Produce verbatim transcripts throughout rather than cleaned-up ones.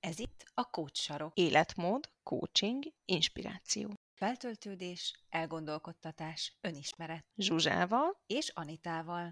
Ez itt a Coach Sarok. Életmód, coaching, inspiráció. Feltöltődés, elgondolkodtatás, önismeret. Zsuzsával és Anitával.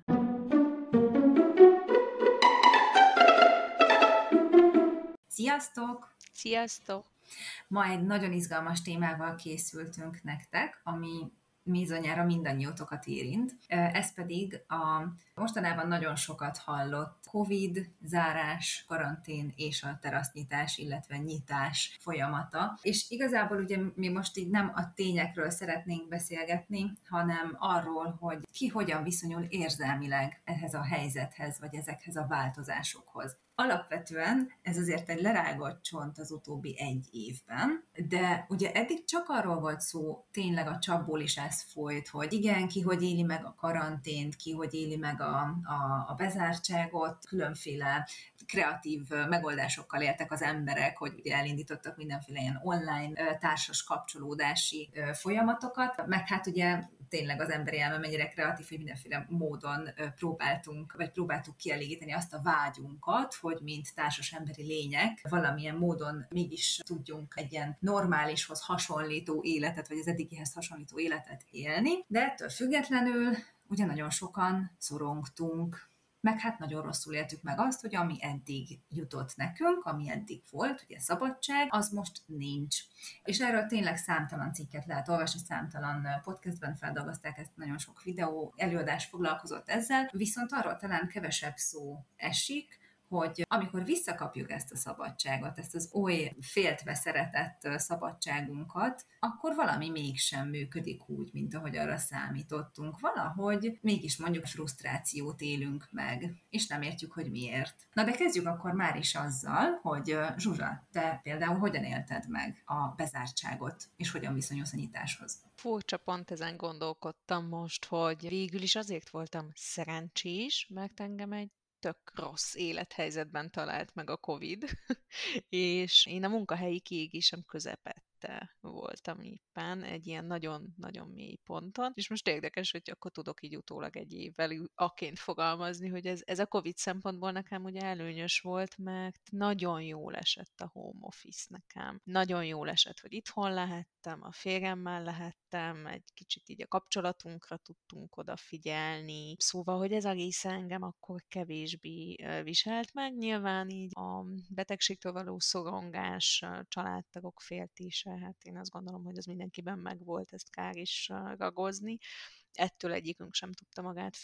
Sziasztok! Sziasztok! Ma egy nagyon izgalmas témával készültünk nektek, ami bizonyára mindannyiótokat érint. Ez pedig a mostanában nagyon sokat hallott Covid, zárás, karantén és a terasznyitás, illetve nyitás folyamata. És igazából ugye mi most így nem a tényekről szeretnénk beszélgetni, hanem arról, hogy ki hogyan viszonyul érzelmileg ehhez a helyzethez, vagy ezekhez a változásokhoz. Alapvetően ez azért egy lerágott csont az utóbbi egy évben, de ugye eddig csak arról volt szó, tényleg a csapból is ez folyt, hogy igen, ki hogy éli meg a karantént, ki hogy éli meg a, a, a bezártságot, különféle kreatív megoldásokkal éltek az emberek, hogy ugye elindítottak mindenféle ilyen online társas kapcsolódási folyamatokat, meg hát ugye tényleg az emberi elme mennyire kreatív, hogy mindenféle módon próbáltunk, vagy próbáltuk kielégíteni azt a vágyunkat, hogy mint társas emberi lények valamilyen módon mégis tudjunk egy ilyen normálishoz hasonlító életet, vagy az eddigihez hasonlító életet élni, de ettől függetlenül ugye nagyon sokan szorongtunk, meg hát nagyon rosszul éltük meg azt, hogy ami eddig jutott nekünk, ami eddig volt, ugye szabadság, az most nincs. És erről tényleg számtalan cikket lehet olvasni, számtalan podcastben feldolgozták ezt, nagyon sok videó, előadás foglalkozott ezzel, viszont arról talán kevesebb szó esik, hogy amikor visszakapjuk ezt a szabadságot, ezt az oly féltve szeretett szabadságunkat, akkor valami mégsem működik úgy, mint ahogy arra számítottunk. Valahogy mégis mondjuk frusztrációt élünk meg, és nem értjük, hogy miért. Na de kezdjük akkor már is azzal, hogy Zsuzsa, te például hogyan élted meg a bezártságot, és hogyan viszonyulsz a nyitáshoz? Furcsa, pont ezen gondolkodtam most, hogy végül is azért voltam szerencsés, mert engem egy tök rossz élethelyzetben talált meg a Covid, és én a munkahelyi kiégésem közepette voltam éppen egy ilyen nagyon-nagyon mély ponton, és most érdekes, hogy akkor tudok így utólag egy évvel aként fogalmazni, hogy ez, ez a Covid szempontból nekem ugye előnyös volt, mert nagyon jól esett a home office nekem. Nagyon jól esett, hogy itthon lehettem, a férjemmel lehettem, egy kicsit így a kapcsolatunkra tudtunk odafigyelni, szóval, hogy ez egész engem akkor kevésbé viselt meg. Nyilván így a betegségtől való szorongás, családtagok féltése, hát én azt gondolom, hogy az mindenkiben megvolt, ezt kár is ragozni. Ettől egyikünk sem tudta magát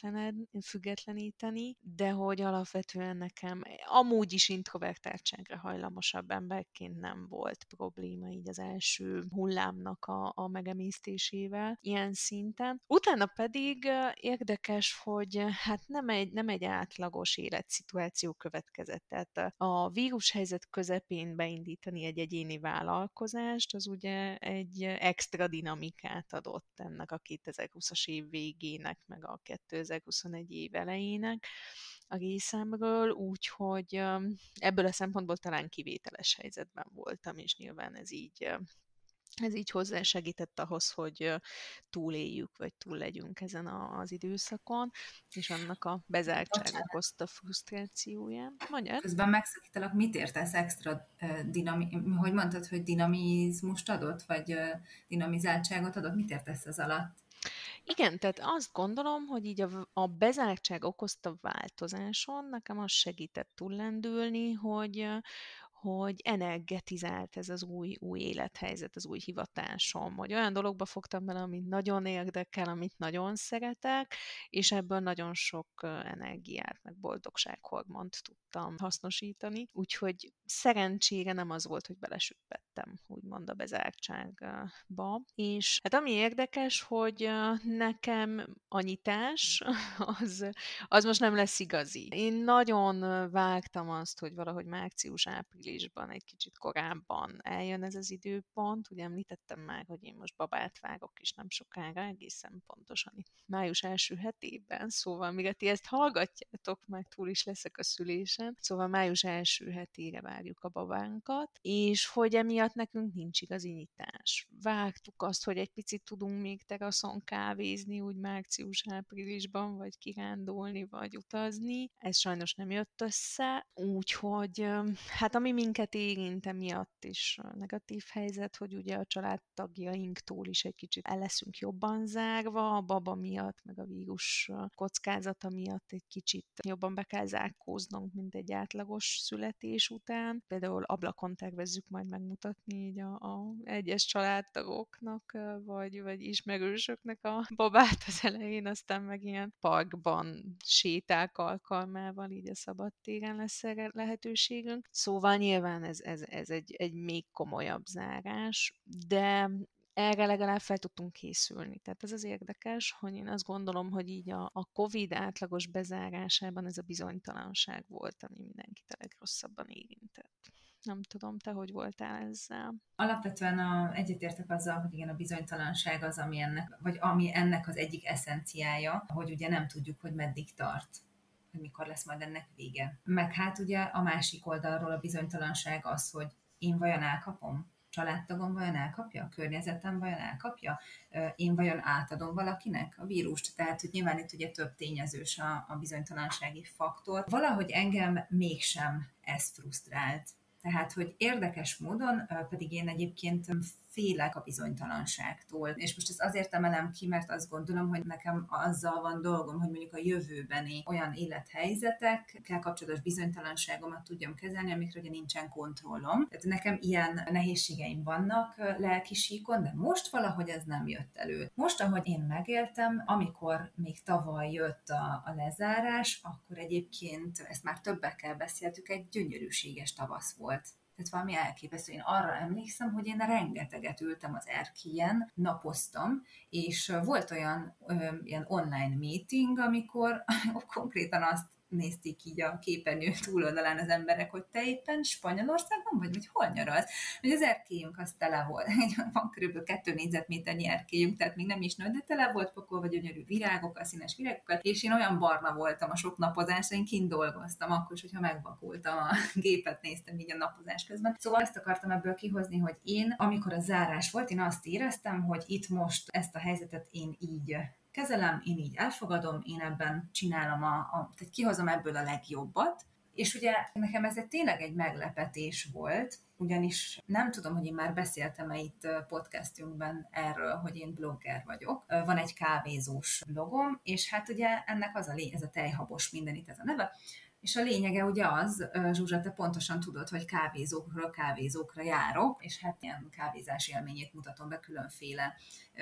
függetleníteni, de hogy alapvetően nekem amúgy is introvertáltságra hajlamosabb emberként nem volt probléma így az első hullámnak a, a megemésztésével ilyen szinten. Utána pedig érdekes, hogy hát nem egy, nem egy átlagos életszituáció következett. Tehát a vírushelyzet közepén beindítani egy egyéni vállalkozást, az ugye egy extra dinamikát adott ennek a kétezer-húszas év végének, meg a kétezer-huszonegy év elejének a részemről, úgyhogy ebből a szempontból talán kivételes helyzetben voltam, és nyilván ez így Ez így hozzásegített ahhoz, hogy túléljük, vagy túl legyünk ezen az időszakon, és annak a bezártság okozta frusztrációján. Mondjad? Közben megszakítalak, mit értesz extra dinami... Hogy mondtad, hogy dinamizmust adott, vagy dinamizáltságot adott? Mit értesz ez alatt? Igen, tehát azt gondolom, hogy így a, a bezártság okozta változáson nekem az segített túllendülni, hogy hogy energetizált ez az új, új élethelyzet, az új hivatásom, hogy olyan dologba fogtam bele, amit nagyon érdekel, amit nagyon szeretek, és ebből nagyon sok energiát, meg boldogsághormont tudtam hasznosítani, úgyhogy szerencsére nem az volt, hogy belesüppettem, úgymond a bezártságba. És hát ami érdekes, hogy nekem a nyitás, az, az most nem lesz igazi. Én nagyon vágtam azt, hogy valahogy március-áprilisban egy kicsit korábban eljön ez az időpont. Ugye említettem már, hogy én most babát vágok, és nem sokára, egészen pontosan május első hetében, szóval mire ti ezt hallgatjátok, már túl is leszek a szülésen, szóval május első hetére várjuk a babánkat, és hogy emiatt nekünk nincs igazi nyitás. Vágtuk azt, hogy egy picit tudunk még teraszon kávézni, úgy március-áprilisban, vagy kirándulni, vagy utazni. Ez sajnos nem jött össze, úgyhogy hát ami minket érint emiatt is negatív helyzet, hogy ugye a családtagjainktól is egy kicsit el leszünk jobban zárva, a baba miatt, meg a vírus kockázata miatt egy kicsit jobban be kell zárkóznunk, mint egy átlagos születés után. Például ablakon tervezzük majd megmutatni így a, a egyes családtagoknak, vagy, vagy ismerősöknek a babát az elején, aztán meg ilyen parkban séták alkalmával így a szabadtéren lesz erre lehetőségünk. Szóval nyilván ez, ez, ez egy, egy még komolyabb zárás, de erre legalább fel tudtunk készülni. Tehát ez az érdekes, hogy én azt gondolom, hogy így a, a Covid átlagos bezárásában ez a bizonytalanság volt, ami mindenkit a legrosszabban érintett. Nem tudom, te hogy voltál ezzel? Alapvetően a, egyetértek azzal, hogy igen, a bizonytalanság az, ami ennek, vagy ami ennek az egyik eszenciája, hogy ugye nem tudjuk, hogy meddig tart, hogy mikor lesz majd ennek vége. Meg hát ugye a másik oldalról a bizonytalanság az, hogy én vajon elkapom? Családtagom vajon elkapja? A környezetem vajon elkapja? Én vajon átadom valakinek a vírust? Tehát, hogy nyilván itt ugye több tényezős a, a bizonytalansági faktor. Valahogy engem mégsem ez frusztrált. Tehát, hogy érdekes módon, pedig én egyébként félek a bizonytalanságtól. És most ezt azért emelem ki, mert azt gondolom, hogy nekem azzal van dolgom, hogy mondjuk a jövőbeni olyan élethelyzetekkel kapcsolatos bizonytalanságomat tudjam kezelni, amikre ugye nincsen kontrollom. Tehát nekem ilyen nehézségeim vannak lelki síkon, de most valahogy ez nem jött elő. Most, ahogy én megéltem, amikor még tavaly jött a, a lezárás, akkor egyébként, ezt már többekkel beszéltük, egy gyönyörűséges tavasz volt. Tehát valami elképesztő. Én arra emlékszem, hogy én rengeteget ültem az erkélyen, napoztam, és volt olyan ö, ilyen online meeting, amikor konkrétan azt nézték így a képernyő túloldalán az emberek, hogy te éppen Spanyolországban vagy, vagy hol nyaralsz? Hogy az erkélyünk az tele volt. Van körülbelül kettő négyzetméternyi erkélyünk, tehát még nem is nő, de tele volt pakolva gyönyörű virágokkal, színes virágokkal, és én olyan barna voltam a sok napozásra, én kint dolgoztam, akkor is, hogyha megvakultam, a gépet néztem így a napozás közben. Szóval ezt akartam ebből kihozni, hogy én, amikor a zárás volt, én azt éreztem, hogy itt most ezt a helyzetet én így kezelem, én így elfogadom, én ebben csinálom, a, a, tehát kihozom ebből a legjobbat, és ugye nekem ez egy tényleg egy meglepetés volt, ugyanis nem tudom, hogy én már beszéltem-e itt podcastünkben erről, hogy én blogger vagyok. Van egy kávézós blogom, és hát ugye ennek az a lény, ez a tejhabos mindenit, ez a neve, és a lényege ugye az, Zsuzsa, te pontosan tudod, hogy kávézókra, kávézókra járok, és hát ilyen kávézás élményét mutatom be különféle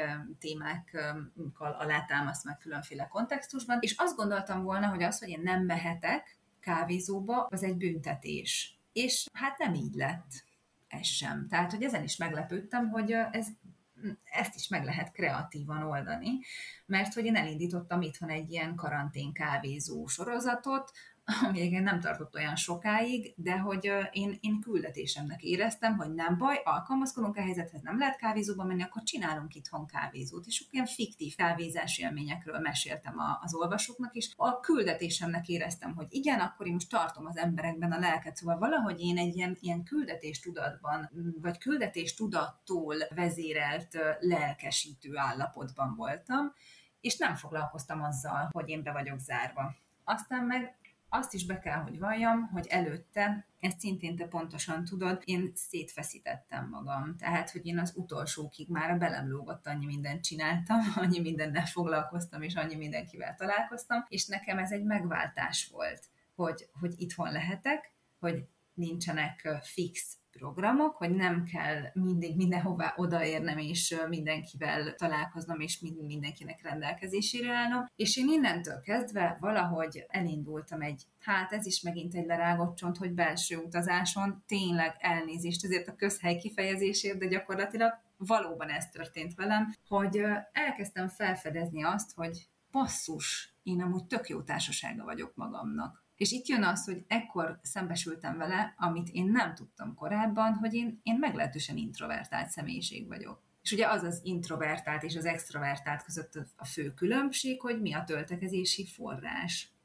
témákkal alátámaszt meg különféle kontextusban, és azt gondoltam volna, hogy az, hogy én nem mehetek kávézóba, az egy büntetés. És hát nem így lett. Ez sem. Tehát, hogy ezen is meglepődtem, hogy ez, ezt is meg lehet kreatívan oldani, mert hogy én elindítottam itthon egy ilyen karantén kávézó sorozatot, ami egyébként nem tartott olyan sokáig, de hogy én, én küldetésemnek éreztem, hogy nem baj, alkalmazkodunk a helyzethez, nem lehet kávézóba menni, akkor csinálunk itthon kávézót. És ilyen fiktív kávézási élményekről meséltem az olvasóknak, és a küldetésemnek éreztem, hogy igen, akkor én most tartom az emberekben a lelket, szóval valahogy én egy ilyen, ilyen küldetéstudatban, vagy küldetéstudattól vezérelt lelkesítő állapotban voltam, és nem foglalkoztam azzal, hogy én be vagyok zárva. Aztán meg azt is be kell, hogy valljam, hogy előtte, ezt szintén te pontosan tudod, én szétfeszítettem magam. Tehát, hogy én az utolsókig már belem lógott, annyi mindent csináltam, annyi mindennel foglalkoztam, és annyi mindenkivel találkoztam, és nekem ez egy megváltás volt, hogy, hogy itthon lehetek, hogy nincsenek fix programok, hogy nem kell mindig mindenhová odaérnem, és mindenkivel találkoznom, és mindenkinek rendelkezésére állnom. És én innentől kezdve valahogy elindultam egy, hát ez is megint egy lerágott csont, hogy belső utazáson, tényleg elnézést ezért a közhely kifejezésért, de gyakorlatilag valóban ez történt velem, hogy elkezdtem felfedezni azt, hogy basszus, én amúgy tök jó társasága vagyok magamnak. És itt jön az, hogy ekkor szembesültem vele, amit én nem tudtam korábban, hogy én, én meglehetősen introvertált személyiség vagyok. És ugye az az introvertált és az extrovertált között a fő különbség, hogy mi a töltekezési forrás.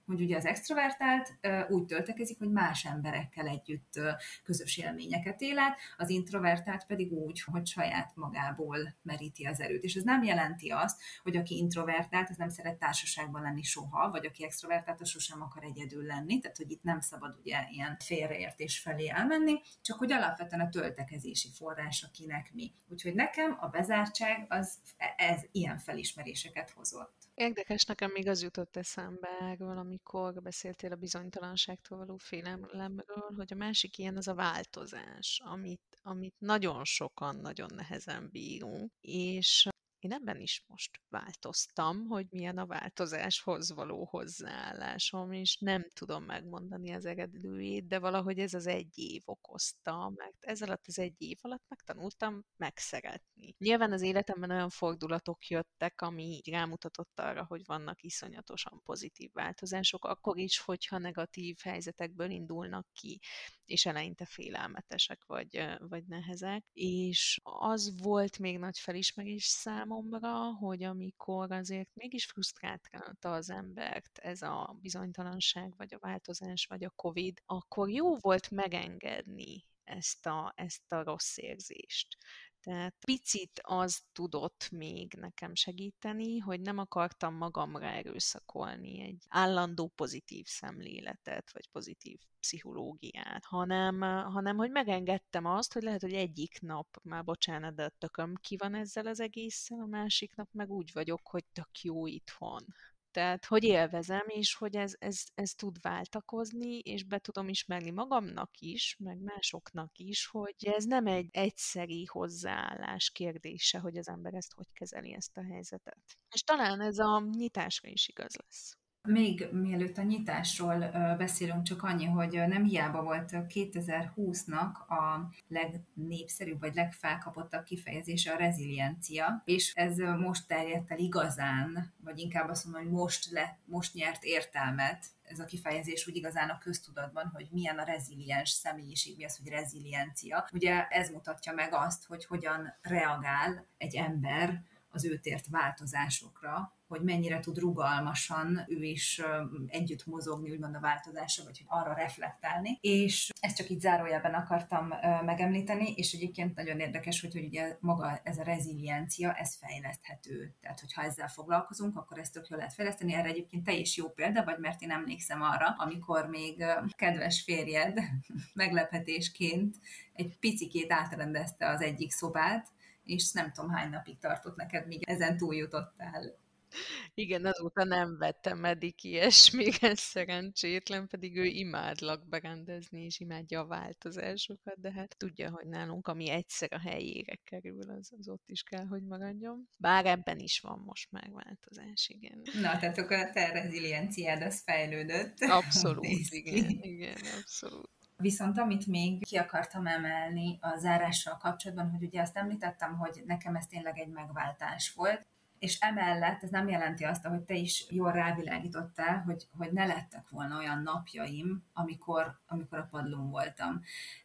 hogy ugye az extrovertált úgy töltekezik, hogy más emberekkel együtt közös élményeket él át, az introvertált pedig úgy, hogy saját magából meríti az erőt. És ez nem jelenti azt, hogy aki introvertált, az nem szeret társaságban lenni soha, vagy aki extrovertált, az sosem akar egyedül lenni, tehát hogy itt nem szabad ugye ilyen félreértés felé elmenni, csak hogy alapvetően a töltekezési forrása kinek mi. Úgyhogy nekem a bezártság az ez ilyen felismeréseket hozott. Érdekes, nekem még az jutott eszembe erről, amikor beszéltél a bizonytalanságtól való félelemről, hogy a másik ilyen az a változás, amit, amit nagyon sokan nagyon nehezen bírunk, és én ebben is most változtam, hogy milyen a változáshoz való hozzáállásom, és nem tudom megmondani az eredőjét, de valahogy ez az egy év okozta, mert ez alatt az egy év alatt megtanultam megszeretni. Nyilván az életemben olyan fordulatok jöttek, ami rámutatott arra, hogy vannak iszonyatosan pozitív változások, akkor is, hogyha negatív helyzetekből indulnak ki, és eleinte félelmetesek vagy, vagy nehezek. És az volt még nagy felismerés számomra, hogy amikor azért mégis frusztrálta az embert ez a bizonytalanság, vagy a változás, vagy a Covid, akkor jó volt megengedni ezt a, ezt a rossz érzést. Tehát picit az tudott még nekem segíteni, hogy nem akartam magamra erőszakolni egy állandó pozitív szemléletet, vagy pozitív pszichológiát, hanem, hanem hogy megengedtem azt, hogy lehet, hogy egyik nap már bocsánat, de a tököm ki van ezzel az egésszel, a másik nap meg úgy vagyok, hogy tök jó itthon. Tehát, hogy élvezem, és hogy ez, ez, ez tud váltakozni, és be tudom ismerni magamnak is, meg másoknak is, hogy ez nem egy egyszeri hozzáállás kérdése, hogy az ember ezt hogy kezeli, ezt a helyzetet. És talán ez a nyitásra is igaz lesz. Még mielőtt a nyitásról beszélünk, csak annyi, hogy nem hiába volt kétezer-húsznak a legnépszerűbb vagy legfelkapottabb kifejezése a reziliencia, és ez most terjedt el igazán, vagy inkább azt mondom, hogy most, le, most nyert értelmet ez a kifejezés úgy igazán a köztudatban, hogy milyen a reziliens személyiség, mi az, hogy reziliencia. Ugye ez mutatja meg azt, hogy hogyan reagál egy ember az őt ért változásokra, hogy mennyire tud rugalmasan ő is együtt mozogni, úgymond a változásra, vagy hogy arra reflektálni. És ezt csak így zárójelben akartam megemlíteni, és egyébként nagyon érdekes, hogy, hogy ugye maga ez a reziliencia, ez fejleszthető. Tehát, hogyha ezzel foglalkozunk, akkor ezt tök jól lehet fejleszteni. Erre egyébként te is jó példa vagy, mert én emlékszem arra, amikor még kedves férjed meglepetésként egy picikét átrendezte az egyik szobát, és nem tudom hány napig tartott neked, míg ezen túljutottál. Igen, azóta nem vettem eddig ilyesmire, szerencsétlen, pedig ő imádlak berendezni, és imádja a változásokat, de hát tudja, hogy nálunk, ami egyszer a helyére kerül, az, az ott is kell, hogy maradjon. Bár ebben is van most már változás, igen. Na, tehát akkor a te rezilienciád az fejlődött. Abszolút, igen, igen, abszolút. Viszont amit még ki akartam emelni a zárással kapcsolatban, hogy ugye azt említettem, hogy nekem ez tényleg egy megváltás volt, és emellett ez nem jelenti azt, hogy te is jól rávilágítottál, hogy, hogy ne lettek volna olyan napjaim, amikor, amikor a padlón voltam.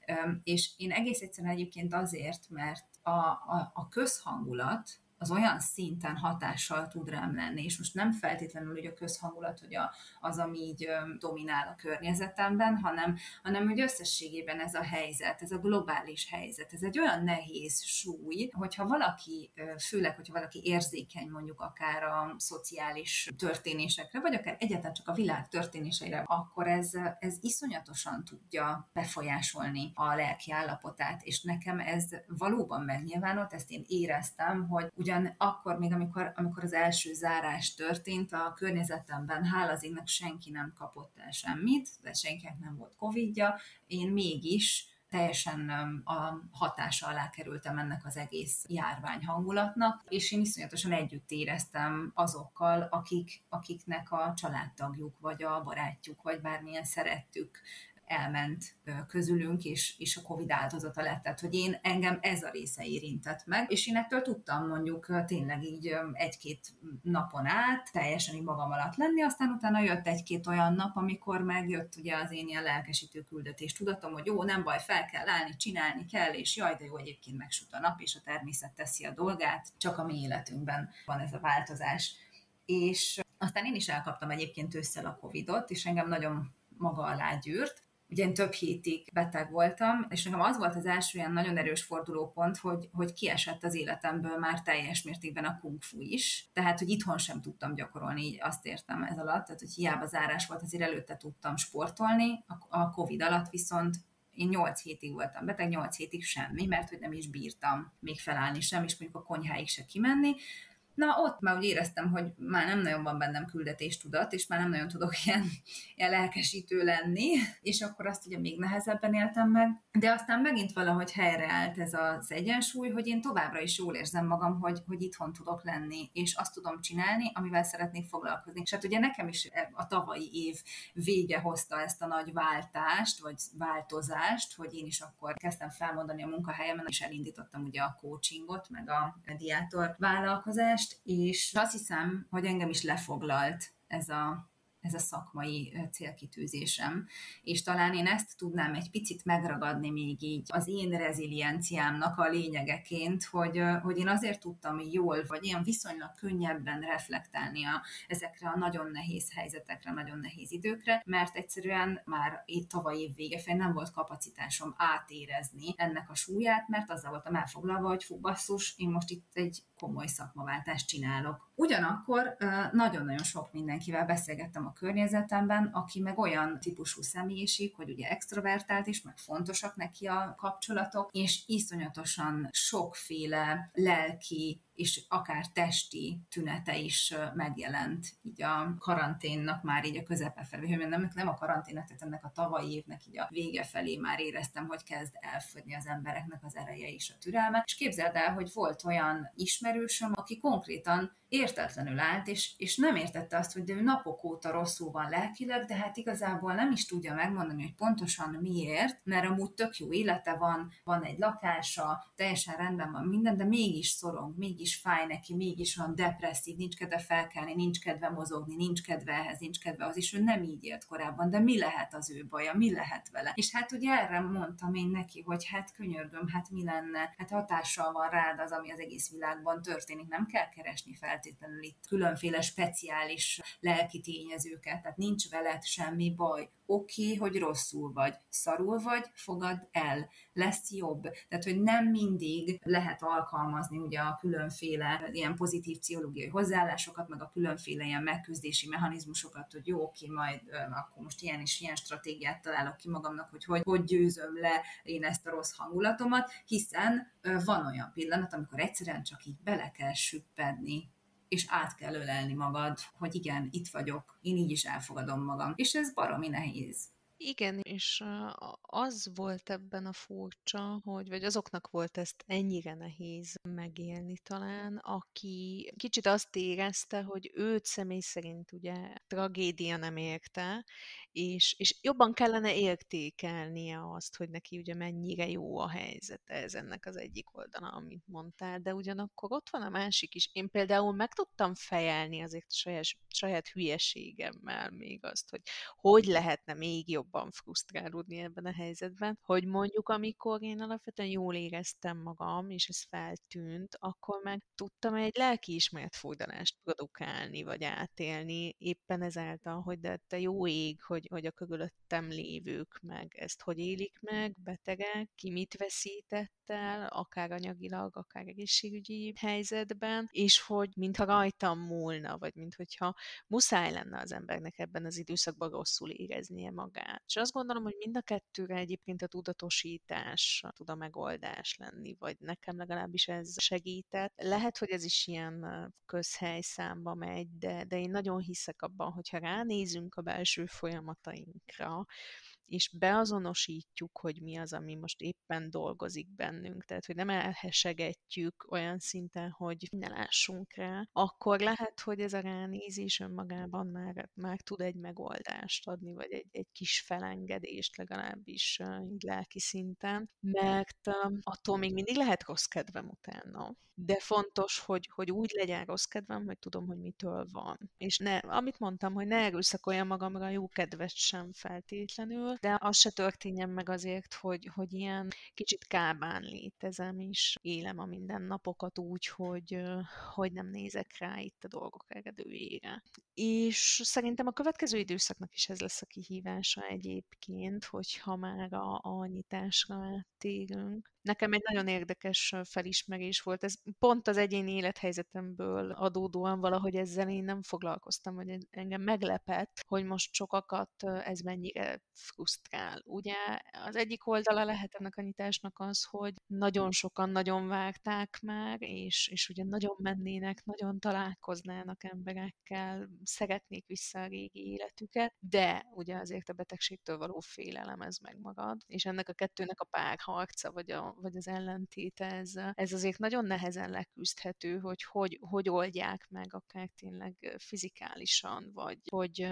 És én egész egyszerűen egyébként azért, mert a, a, a közhangulat az olyan szinten hatással tud rám lenni, és most nem feltétlenül hogy a közhangulat, hogy a, az, ami így dominál a környezetemben, hanem, hanem hogy összességében ez a helyzet, ez a globális helyzet, ez egy olyan nehéz súly, hogyha valaki, főleg, hogyha valaki érzékeny mondjuk akár a szociális történésekre, vagy akár egyáltalán csak a világ történéseire, akkor ez, ez iszonyatosan tudja befolyásolni a lelki állapotát, és nekem ez valóban megnyilvánult, ezt én éreztem, hogy ugyan akkor még, amikor, amikor az első zárás történt, a környezetemben hála az égnek senki nem kapott el semmit, de senkinek nem volt covidja, én mégis teljesen a hatása alá kerültem ennek az egész járvány hangulatnak, és én iszonyatosan együtt éreztem azokkal, akik, akiknek a családtagjuk, vagy a barátjuk, vagy bármilyen szerettük elment közülünk, és, és a Covid áldozata lett. Tehát, hogy én engem ez a része érintett meg, és én ettől tudtam mondjuk tényleg így egy-két napon át teljesen így magam alatt lenni, aztán utána jött egy-két olyan nap, amikor megjött ugye az én ilyen lelkesítő küldetés tudatom, hogy jó, nem baj, fel kell állni, csinálni kell, és jaj, de jó, egyébként megsüt a nap, és a természet teszi a dolgát, csak a mi életünkben van ez a változás. És Aztán én is elkaptam egyébként ősszel a Covidot, és engem nagyon maga alá gyűrt. Ugye én több hétig beteg voltam, és nekem az volt az első ilyen nagyon erős fordulópont, hogy, hogy kiesett az életemből már teljes mértékben a kung fu is. Tehát, hogy itthon sem tudtam gyakorolni, így azt értem ez alatt, tehát, hogy hiába zárás volt, azért előtte tudtam sportolni, a, a Covid alatt viszont én nyolc hétig voltam beteg, nyolc hétig semmi, mert hogy nem is bírtam még felállni sem, és mondjuk a konyháig se kimenni. Na, ott már úgy éreztem, hogy már nem nagyon van bennem küldetéstudat, és már nem nagyon tudok ilyen, ilyen lelkesítő lenni, és akkor azt ugye még nehezebben éltem meg. De aztán megint valahogy helyreállt ez az egyensúly, hogy én továbbra is jól érzem magam, hogy, hogy itthon tudok lenni, és azt tudom csinálni, amivel szeretnék foglalkozni. És hát ugye nekem is a tavalyi év vége hozta ezt a nagy váltást, vagy változást, hogy én is akkor kezdtem felmondani a munkahelyemen, és elindítottam ugye a coachingot, meg a mediátor vállalkozást, és azt hiszem, hogy engem is lefoglalt ez a, ez a szakmai célkitűzésem, és talán én ezt tudnám egy picit megragadni még így az én rezilienciámnak a lényegeként, hogy, hogy én azért tudtam jól, vagy ilyen viszonylag könnyebben reflektálni a, ezekre a nagyon nehéz helyzetekre, nagyon nehéz időkre, mert egyszerűen már itt tavaly év vége felé nem volt kapacitásom átérezni ennek a súlyát, mert azzal voltam elfoglalva, hogy fú, basszus, én most itt egy komoly szakmaváltást csinálok. Ugyanakkor nagyon-nagyon sok mindenkivel beszélgettem a környezetemben, aki meg olyan típusú személyiség, hogy ugye extrovertált is, meg fontosak neki a kapcsolatok, és iszonyatosan sokféle lelki és akár testi tünete is megjelent így a karanténnak már így a közepe felé. Nem, nem a karanténnak, tehát ennek a tavalyi évnek így a vége felé már éreztem, hogy kezd elfogyni az embereknek az ereje és a türelme. És képzeld el, hogy volt olyan ismerősöm, aki konkrétan értetlenül állt, és, és nem értette azt, hogy de ő napok óta rosszul van lelkileg, de hát igazából nem is tudja megmondani, hogy pontosan miért, mert amúgy tök jó élete van, van egy lakása, teljesen rendben van minden, de mégis szorong, mégis fáj neki, mégis van depresszív, nincs kedve felkelni, nincs kedve mozogni, nincs kedve ehhez, nincs kedve az is, ő nem így élt korábban, de mi lehet az ő baja, mi lehet vele? És hát ugye erre mondtam én neki, hogy hát könyörgöm, hát mi lenne, hát hatással van rád az, ami az egész világban történik, nem kell keresni feltétlenül itt különféle speciális lelki tényezőket, tehát nincs veled semmi baj. Oké, okay, hogy rosszul vagy, szarul vagy, fogadd el, lesz jobb. Tehát, hogy nem mindig lehet alkalmazni ugye a különféle ilyen pozitív pszichológiai hozzáállásokat, meg a különféle ilyen megküzdési mechanizmusokat, hogy jó, oké, okay, majd ö, akkor most ilyen és ilyen stratégiát találok ki magamnak, hogy hogy, hogy győzöm le én ezt a rossz hangulatomat, hiszen ö, van olyan pillanat, amikor egyszerűen csak így bele kell süppedni, és át kell ölelni magad, hogy igen, itt vagyok, én így is elfogadom magam. És ez baromi nehéz. Igen, és az volt ebben a furcsa, hogy, vagy azoknak volt ezt ennyire nehéz megélni talán, aki kicsit azt érezte, hogy őt személy szerint ugye tragédia nem érte, és, és jobban kellene értékelnie azt, hogy neki ugye mennyire jó a helyzete, ez ennek az egyik oldala, amit mondtál, de ugyanakkor ott van a másik is. Én például meg tudtam fejelni azért saját, saját hülyeségemmel még azt, hogy hogy lehetne még jobban frusztrálódni ebben a helyzetben, hogy mondjuk amikor én alapvetően jól éreztem magam, és ez feltűnt, akkor meg tudtam egy lelkiismeret fordalást produkálni, vagy átélni éppen ezáltal, hogy de te jó ég, hogy, hogy a körülöttem lévők meg ezt hogy élik meg, betegek, ki mit veszített el, akár anyagilag, akár egészségügyi helyzetben, és hogy mintha rajtam múlna, vagy minthogyha muszáj lenne az embernek ebben az időszakban rosszul éreznie magát. És azt gondolom, hogy mind a kettőre egyébként a tudatosítás tud a megoldás lenni, vagy nekem legalábbis ez segített. Lehet, hogy ez is ilyen közhelyszámba megy, de, de én nagyon hiszek abban, hogyha ránézünk a belső folyamatainkra, és beazonosítjuk, hogy mi az, ami most éppen dolgozik bennünk, tehát, hogy nem elhesegetjük olyan szinten, hogy ne lássunk rá, akkor lehet, hogy ez a ránézés önmagában már, már tud egy megoldást adni, vagy egy, egy kis felengedést legalábbis így lelki szinten, mert attól még mindig lehet rossz kedvem utána. De fontos, hogy, hogy úgy legyen rossz kedvem, hogy tudom, hogy mitől van. És ne, amit mondtam, hogy ne erőszakoljam magamra jó kedvet sem feltétlenül, keresztül, de az se történjen meg azért, hogy, hogy ilyen kicsit kábán létezem, és élem a mindennapokat úgy, hogy, hogy nem nézek rá itt a dolgok eredőjére. És szerintem a következő időszaknak is ez lesz a kihívása egyébként, hogyha már a, a nyitásra áttérünk. Nekem egy nagyon érdekes felismerés volt. Ez pont az egyéni élethelyzetemből adódóan valahogy ezzel én nem foglalkoztam, vagy engem meglepett, hogy most sokakat ez mennyire frusztrál. Ugye az egyik oldala lehet ennek a nyitásnak az, hogy nagyon sokan nagyon várták már, és, és ugye nagyon mennének, nagyon találkoznának emberekkel, szeretnék vissza a régi életüket, de ugye azért a betegségtől való félelem ez megmarad, és ennek a kettőnek a párharca, vagy, a, vagy az ellentéte, ez, ez azért nagyon nehezen leküzdhető, hogy, hogy hogy oldják meg akár tényleg fizikálisan, vagy hogy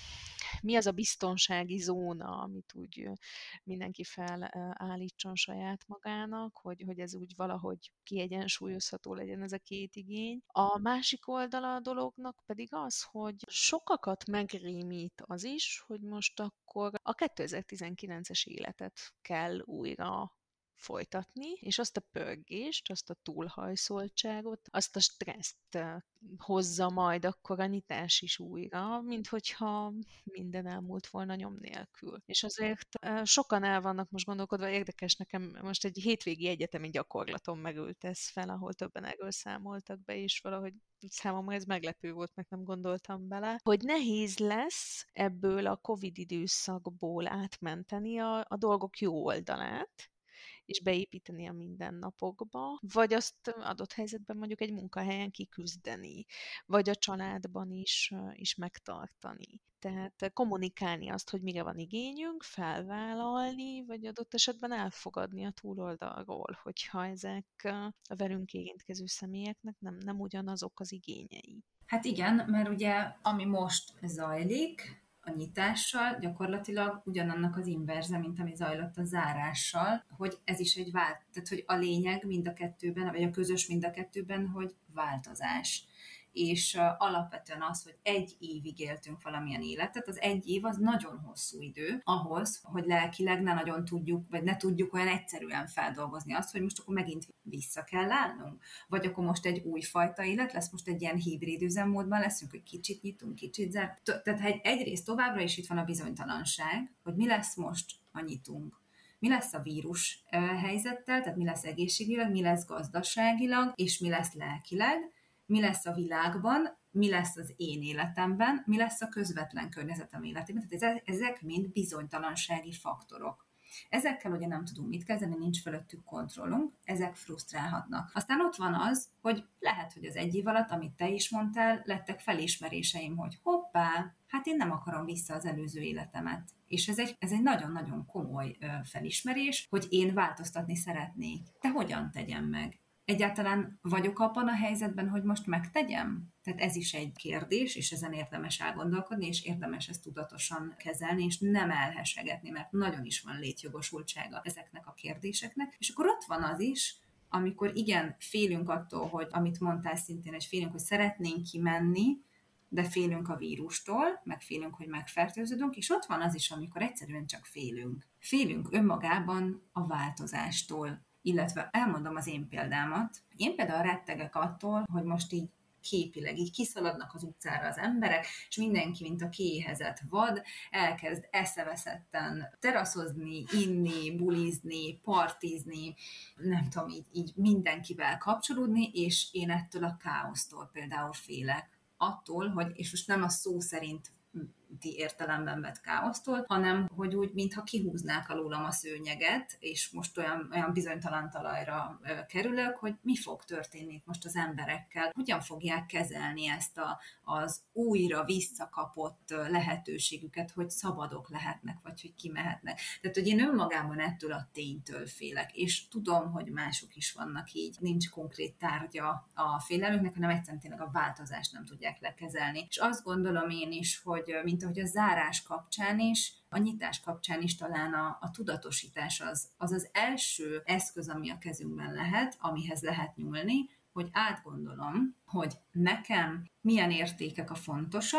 mi az a biztonsági zóna, amit úgy mindenki felállítson saját magának, hogy, hogy ez úgy valahogy kiegyensúlyozható legyen ez a két igény. A másik oldala a dolognak pedig az, hogy sokakat megrémít az is, hogy most akkor a kétezer-tizenkilences életet kell újra folytatni, és azt a pörgést, azt a túlhajszoltságot, azt a stresszt hozza majd akkor a nyitás is újra, mint hogyha minden elmúlt volna nyom nélkül. És azért sokan el vannak most gondolkodva, érdekes nekem, most egy hétvégi egyetemi gyakorlaton megült ez fel, ahol többen erről számoltak be, és valahogy számomra ez meglepő volt, meg nem gondoltam bele, hogy nehéz lesz ebből a Covid időszakból átmenteni a, a dolgok jó oldalát, és beépíteni a mindennapokba, vagy azt adott helyzetben mondjuk egy munkahelyen kiküzdeni, vagy a családban is, is megtartani. Tehát kommunikálni azt, hogy mire van igényünk, felvállalni, vagy adott esetben elfogadni a túloldalról, hogyha ezek a velünk érintkező személyeknek nem, nem ugyanazok az igényei. Hát igen, mert ugye ami most zajlik, a nyitással gyakorlatilag ugyanannak az inverze, mint ami zajlott a zárással, hogy ez is egy vált, tehát hogy a lényeg mind a kettőben, vagy a közös mind a kettőben, hogy változás. És uh, alapvetően az, hogy egy évig éltünk valamilyen életet, az egy év az nagyon hosszú idő ahhoz, hogy lelkileg ne nagyon tudjuk, vagy ne tudjuk olyan egyszerűen feldolgozni azt, hogy most akkor megint vissza kell állnunk, vagy akkor most egy újfajta élet lesz, most egy ilyen hibrid üzemmódban leszünk, hogy kicsit nyitunk, kicsit zár. Tehát egyrészt továbbra is itt van a bizonytalanság, hogy mi lesz most, ha nyitunk. Mi lesz a vírus helyzettel, tehát mi lesz egészségileg, mi lesz gazdaságilag, és mi lesz lelkileg, mi lesz a világban, mi lesz az én életemben, mi lesz a közvetlen környezetem életében. Tehát ezek mind bizonytalansági faktorok. Ezekkel ugye nem tudunk mit kezdeni, nincs fölöttük kontrollunk, ezek frusztrálhatnak. Aztán ott van az, hogy lehet, hogy az egy év alatt, amit te is mondtál, lettek felismeréseim, hogy hoppá, hát én nem akarom vissza az előző életemet. És ez egy, ez egy nagyon-nagyon komoly ö, felismerés, hogy én változtatni szeretnék. De hogyan tegyem meg? Egyáltalán vagyok abban a helyzetben, hogy most megtegyem? Tehát ez is egy kérdés, és ezen érdemes elgondolkodni, és érdemes ezt tudatosan kezelni, és nem elhesegetni, mert nagyon is van létjogosultsága ezeknek a kérdéseknek. És akkor ott van az is, amikor igen, félünk attól, hogy amit mondtál szintén, hogy félünk, hogy szeretnénk kimenni, de félünk a vírustól, meg félünk, hogy megfertőződünk, és ott van az is, amikor egyszerűen csak félünk. Félünk önmagában a változástól. Illetve elmondom az én példámat. Én például rettegek attól, hogy most így képileg így kiszaladnak az utcára az emberek, és mindenki, mint a kiéhezett vad, elkezd eszeveszetten teraszozni, inni, bulizni, partizni, nem tudom, így, így mindenkivel kapcsolódni, és én ettől a káosztól például félek. Attól, hogy, és most nem a szó szerint ti értelemben vett káosztól, hanem hogy úgy, mintha kihúznák alólam a szőnyeget, és most olyan, olyan bizonytalan talajra ö, kerülök, hogy mi fog történni most az emberekkel, hogyan fogják kezelni ezt a, az újra visszakapott lehetőségüket, hogy szabadok lehetnek, vagy hogy kimehetnek. Tehát, hogy én önmagában ettől a ténytől félek, és tudom, hogy mások is vannak így, nincs konkrét tárgya a félelmüknek, hanem egyszerűen tényleg a változást nem tudják lekezelni. És azt gondolom én is, hogy mint ahogy a zárás kapcsán is, a nyitás kapcsán is talán a, a tudatosítás az, az az első eszköz, ami a kezünkben lehet, amihez lehet nyúlni, hogy átgondolom, hogy nekem milyen értékek a fontosak,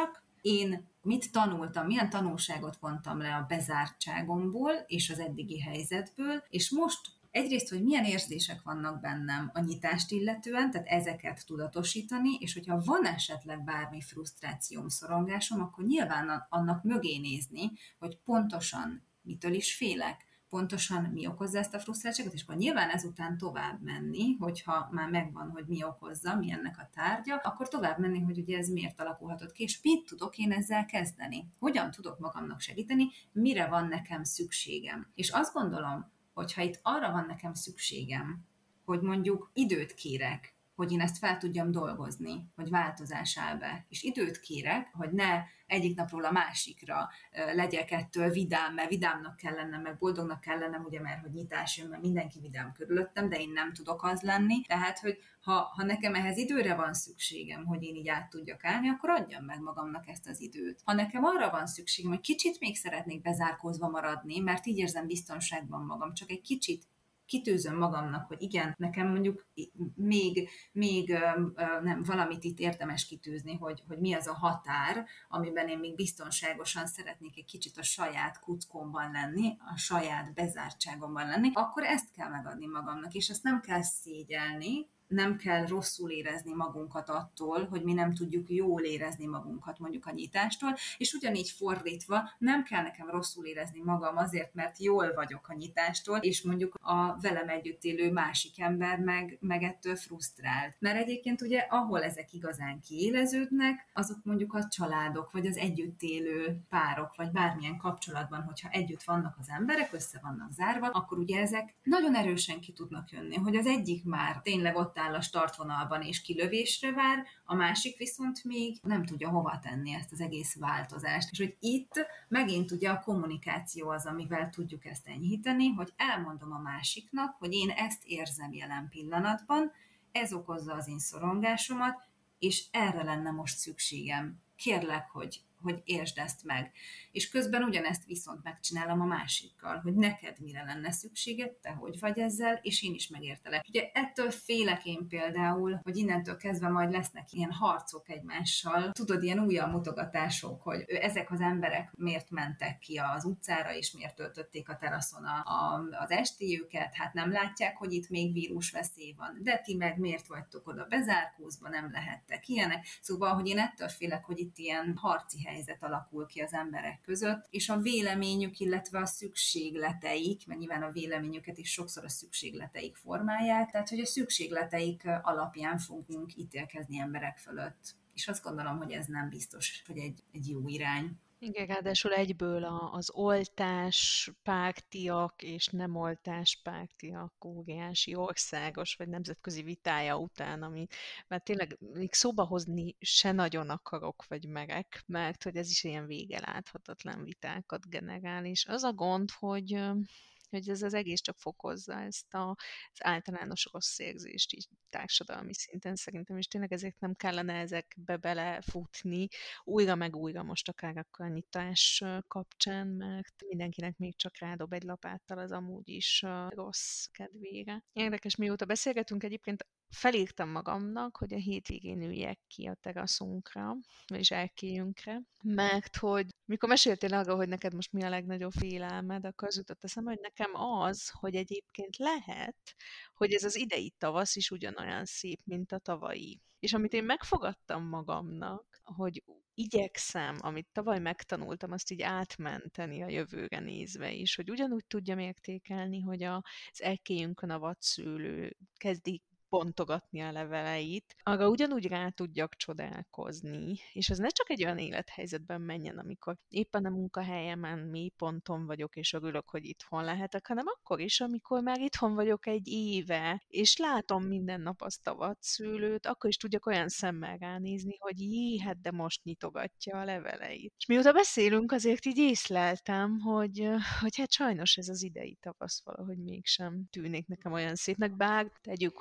én mit tanultam, milyen tanulságot vontam le a bezártságomból és az eddigi helyzetből, és most egyrészt, hogy milyen érzések vannak bennem a nyitást illetően, tehát ezeket tudatosítani, és hogyha van esetleg bármi frusztrációm, szorongásom, akkor nyilván annak mögé nézni, hogy pontosan mitől is félek, pontosan mi okozza ezt a frusztráltságot, és akkor nyilván ezután tovább menni, hogyha már megvan, hogy mi okozza, mi ennek a tárgya, akkor tovább menni, hogy ugye ez miért alakulhatott ki, és mit tudok én ezzel kezdeni? Hogyan tudok magamnak segíteni, mire van nekem szükségem? És azt gondolom, hogyha itt arra van nekem szükségem, hogy mondjuk időt kérek, hogy én ezt fel tudjam dolgozni, hogy változás áll be. És időt kérek, hogy ne egyik napról a másikra legyek ettől vidám, mert vidámnak kell lennem, meg boldognak kell lennem, ugye, mert hogy nyitás jön, mert mindenki vidám körülöttem, de én nem tudok az lenni. Tehát, hogy ha, ha nekem ehhez időre van szükségem, hogy én így át tudjak állni, akkor adjam meg magamnak ezt az időt. Ha nekem arra van szükségem, hogy kicsit még szeretnék bezárkózva maradni, mert így érzem biztonságban magam, csak egy kicsit kitűzöm magamnak, hogy igen, nekem mondjuk még, még nem, valamit itt érdemes kitűzni, hogy, hogy mi az a határ, amiben én még biztonságosan szeretnék egy kicsit a saját kuckómban lenni, a saját bezártságomban lenni, akkor ezt kell megadni magamnak, és ezt nem kell szégyelni, nem kell rosszul érezni magunkat attól, hogy mi nem tudjuk jól érezni magunkat mondjuk a nyitástól, és ugyanígy fordítva nem kell nekem rosszul érezni magam azért, mert jól vagyok a nyitástól, és mondjuk a velem együtt élő másik ember meg, meg ettől frusztrált. Mert egyébként ugye, ahol ezek igazán kiéleződnek, azok mondjuk a családok, vagy az együtt élő párok, vagy bármilyen kapcsolatban, hogyha együtt vannak az emberek, össze vannak zárva, akkor ugye ezek nagyon erősen ki tudnak jönni, hogy az egyik már tényleg ott áll a startvonalban és kilövésre vár, a másik viszont még nem tudja hova tenni ezt az egész változást. És hogy itt megint ugye a kommunikáció az, amivel tudjuk ezt enyhíteni, hogy elmondom a másiknak, hogy én ezt érzem jelen pillanatban, ez okozza az én szorongásomat, és erre lenne most szükségem. Kérlek, hogy hogy értsd ezt meg. És közben ugyanezt viszont megcsinálom a másikkal, hogy neked mire lenne szükséged, te hogy vagy ezzel, és én is megértelek. Ugye ettől félek én például, hogy innentől kezdve majd lesznek ilyen harcok egymással, tudod, ilyen újabb mutogatások, hogy ezek az emberek miért mentek ki az utcára, és miért töltötték a teraszon a, a, az estéjüket, hát nem látják, hogy itt még vírusveszély van, de ti meg miért vagytok oda bezárkózva, nem lehettek ilyenek. Szóval, hogy én ettől félek, hogy itt ilyen harci helyzet alakul ki az emberek között, és a véleményük, illetve a szükségleteik, mert nyilván a véleményüket is sokszor a szükségleteik formálják, tehát hogy a szükségleteik alapján fogunk ítélkezni emberek fölött. És azt gondolom, hogy ez nem biztos, hogy egy, egy jó irány. Igen, ráadásul egyből a, az oltás pártiak és nem oltás pártiak óriási országos vagy nemzetközi vitája után, ami már tényleg még szóba hozni se nagyon akarok vagy merek, mert hogy ez is ilyen vége láthatatlan vitákat generál, és az a gond, hogy hogy ez az egész csak fokozza ezt a, az általános rossz érzést így társadalmi szinten szerintem, és tényleg ezért nem kellene ezekbe belefutni újra meg újra most akár akkor a nyitás kapcsán, mert mindenkinek még csak rádob egy lapáttal az amúgy is rossz kedvére. Érdekes, mióta beszélgetünk, egyébként felírtam magamnak, hogy a hétvégén üljek ki a teraszunkra, vagyis elkéjünkre, mert hogy mikor meséltél arra, hogy neked most mi a legnagyobb félelmed, akkor az jutott eszembe, hogy nekem az, hogy egyébként lehet, hogy ez az idei tavasz is ugyanolyan szép, mint a tavalyi. És amit én megfogadtam magamnak, hogy igyekszem, amit tavaly megtanultam, azt így átmenteni a jövőre nézve is, hogy ugyanúgy tudjam értékelni, hogy az elkéjünkön a vadszőlő kezdik bontogatni a leveleit, arra ugyanúgy rá tudjak csodálkozni, és ez ne csak egy olyan élethelyzetben menjen, amikor éppen a munkahelyemen mély ponton vagyok, és örülök, hogy itthon lehetek, hanem akkor is, amikor már itthon vagyok egy éve, és látom minden nap azt a vadszőlőt, akkor is tudjak olyan szemmel ránézni, hogy jé, hát de most nyitogatja a leveleit. És mióta beszélünk, azért így észleltem, hogy, hogy hát sajnos ez az idei tavasz valahogy mégsem tűnik nekem olyan szépnek, bár tegyük hozzá,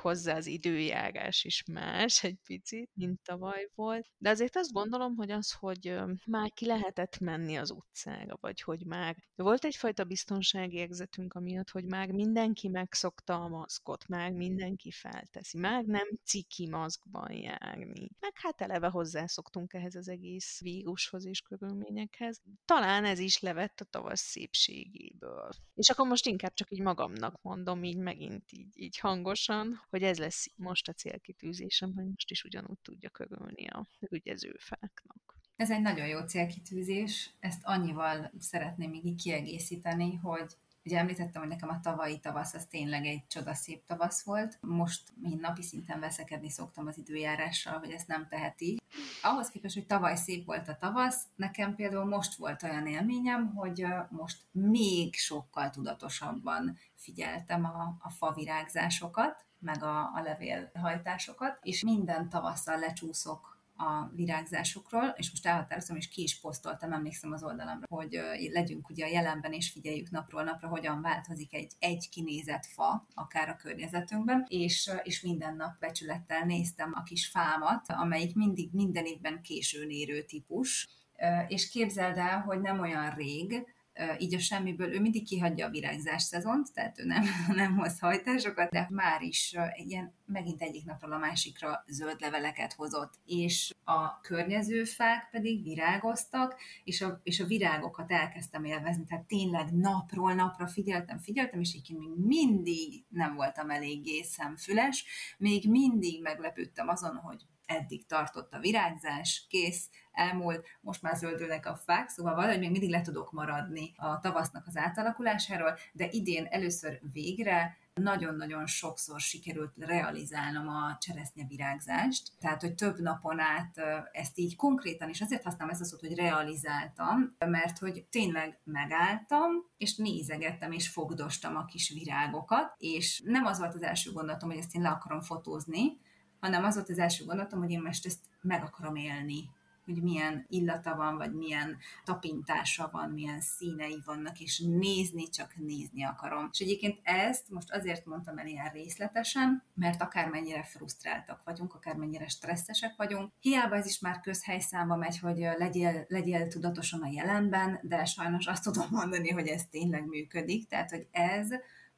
az időjárás is más egy picit, mint tavaly volt. De azért azt gondolom, hogy az, hogy ö, már ki lehetett menni az utcára, vagy hogy már volt egyfajta biztonságérzetünk amiatt, hogy már mindenki megszokta a maszkot, már mindenki felteszi, már nem ciki maszkban járni. Meg hát eleve hozzászoktunk ehhez az egész vírushoz és körülményekhez. Talán ez is levett a tavasz szépségéből. És akkor most inkább csak így magamnak mondom, így megint így, így hangosan, hogy ez lesz most a célkitűzésem, hogy most is ugyanúgy tudjak örülni a ügyezőfáknak. Ez egy nagyon jó célkitűzés, ezt annyival szeretném még így kiegészíteni, hogy ugye említettem, hogy nekem a tavalyi tavasz az tényleg egy csodaszép tavasz volt. Most én napi szinten veszekedni szoktam az időjárással, hogy ezt nem teheti. Ahhoz képest, hogy tavaly szép volt a tavasz, nekem például most volt olyan élményem, hogy most még sokkal tudatosabban figyeltem a, a favirágzásokat, meg a, a levélhajtásokat, és minden tavasszal lecsúszok a virágzásokról, és most elhatároztam, és ki is posztoltam, emlékszem az oldalamra, hogy legyünk ugye a jelenben, és figyeljük napról napra, hogyan változik egy, egy kinézett fa, akár a környezetünkben, és, és minden nap becsülettel néztem a kis fámat, amelyik mindig minden évben későn érő típus, és képzeld el, hogy nem olyan rég, így a semmiből, ő mindig kihagyja a virágzás szezont, tehát ő nem, nem hoz hajtásokat, de már is ilyen, megint egyik napról a másikra zöld leveleket hozott, és a környező fák pedig virágoztak, és a, és a virágokat elkezdtem élvezni, tehát tényleg napról napra figyeltem, figyeltem, és így még mindig nem voltam eléggé szemfüles, még mindig meglepődtem azon, hogy eddig tartott a virágzás, kész, elmúlt, most már zöldülnek a fák, szóval valahogy még mindig le tudok maradni a tavasznak az átalakulásáról, de idén először végre nagyon-nagyon sokszor sikerült realizálnom a cseresznyevirágzást, tehát, hogy több napon át ezt így konkrétan, és azért használom ezt a szót, hogy realizáltam, mert hogy tényleg megálltam, és nézegettem, és fogdostam a kis virágokat, és nem az volt az első gondolatom, hogy ezt én le akarom fotózni, hanem az volt az első gondolatom, hogy én most ezt meg akarom élni, hogy milyen illata van, vagy milyen tapintása van, milyen színei vannak, és nézni, csak nézni akarom. És egyébként ezt most azért mondtam el ilyen részletesen, mert akármennyire frusztráltak vagyunk, akármennyire stresszesek vagyunk, hiába ez is már közhelyszámba megy, hogy legyél, legyél tudatosan a jelenben, de sajnos azt tudom mondani, hogy ez tényleg működik, tehát hogy ez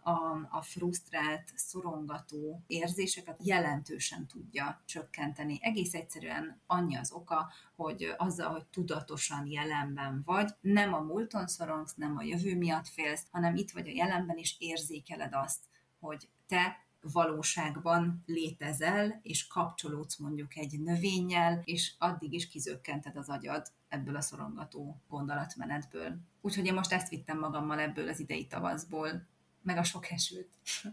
A, a frusztrált, szorongató érzéseket jelentősen tudja csökkenteni. Egész egyszerűen annyi az oka, hogy azzal, hogy tudatosan jelenben vagy, nem a múlton szorongsz, nem a jövő miatt félsz, hanem itt vagy a jelenben, és érzékeled azt, hogy te valóságban létezel, és kapcsolódsz mondjuk egy növényel, és addig is kizökkented az agyad ebből a szorongató gondolatmenetből. Úgyhogy én most ezt vittem magammal ebből az idei tavaszból, meg a sok esőt.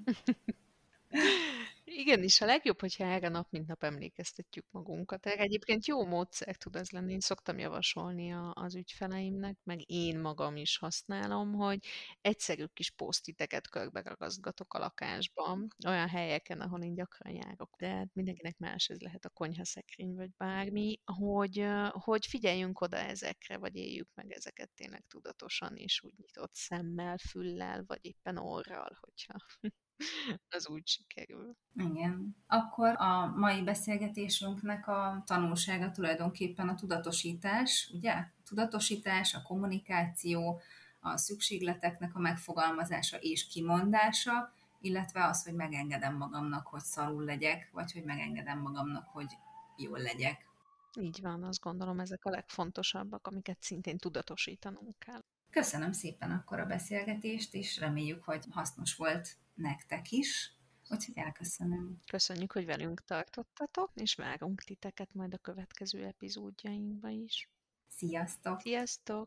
Igen, és a legjobb, hogyha erre nap mint nap emlékeztetjük magunkat. Erre egyébként jó módszer tud ez lenni. Én szoktam javasolni a, az ügyfeleimnek, meg én magam is használom, hogy egyszerű kis posztiteket körbe ragasztgatok a lakásban, olyan helyeken, ahol én gyakran járok, de mindenkinek más, ez lehet a konyhaszekrény, vagy bármi, hogy, hogy figyeljünk oda ezekre, vagy éljük meg ezeket tényleg tudatosan, és úgy nyitott szemmel, füllel, vagy éppen orral, hogyha az úgy sikerül. Igen. Akkor a mai beszélgetésünknek a tanulsága tulajdonképpen a tudatosítás, ugye? A tudatosítás, a kommunikáció, a szükségleteknek a megfogalmazása és kimondása, illetve az, hogy megengedem magamnak, hogy szarul legyek, vagy hogy megengedem magamnak, hogy jól legyek. Így van, azt gondolom, ezek a legfontosabbak, amiket szintén tudatosítanunk kell. Köszönöm szépen akkor a beszélgetést, és reméljük, hogy hasznos volt nektek is. Úgyhogy elköszönöm. Köszönjük, hogy velünk tartottatok, és várunk titeket majd a következő epizódjainkba is. Sziasztok! Sziasztok!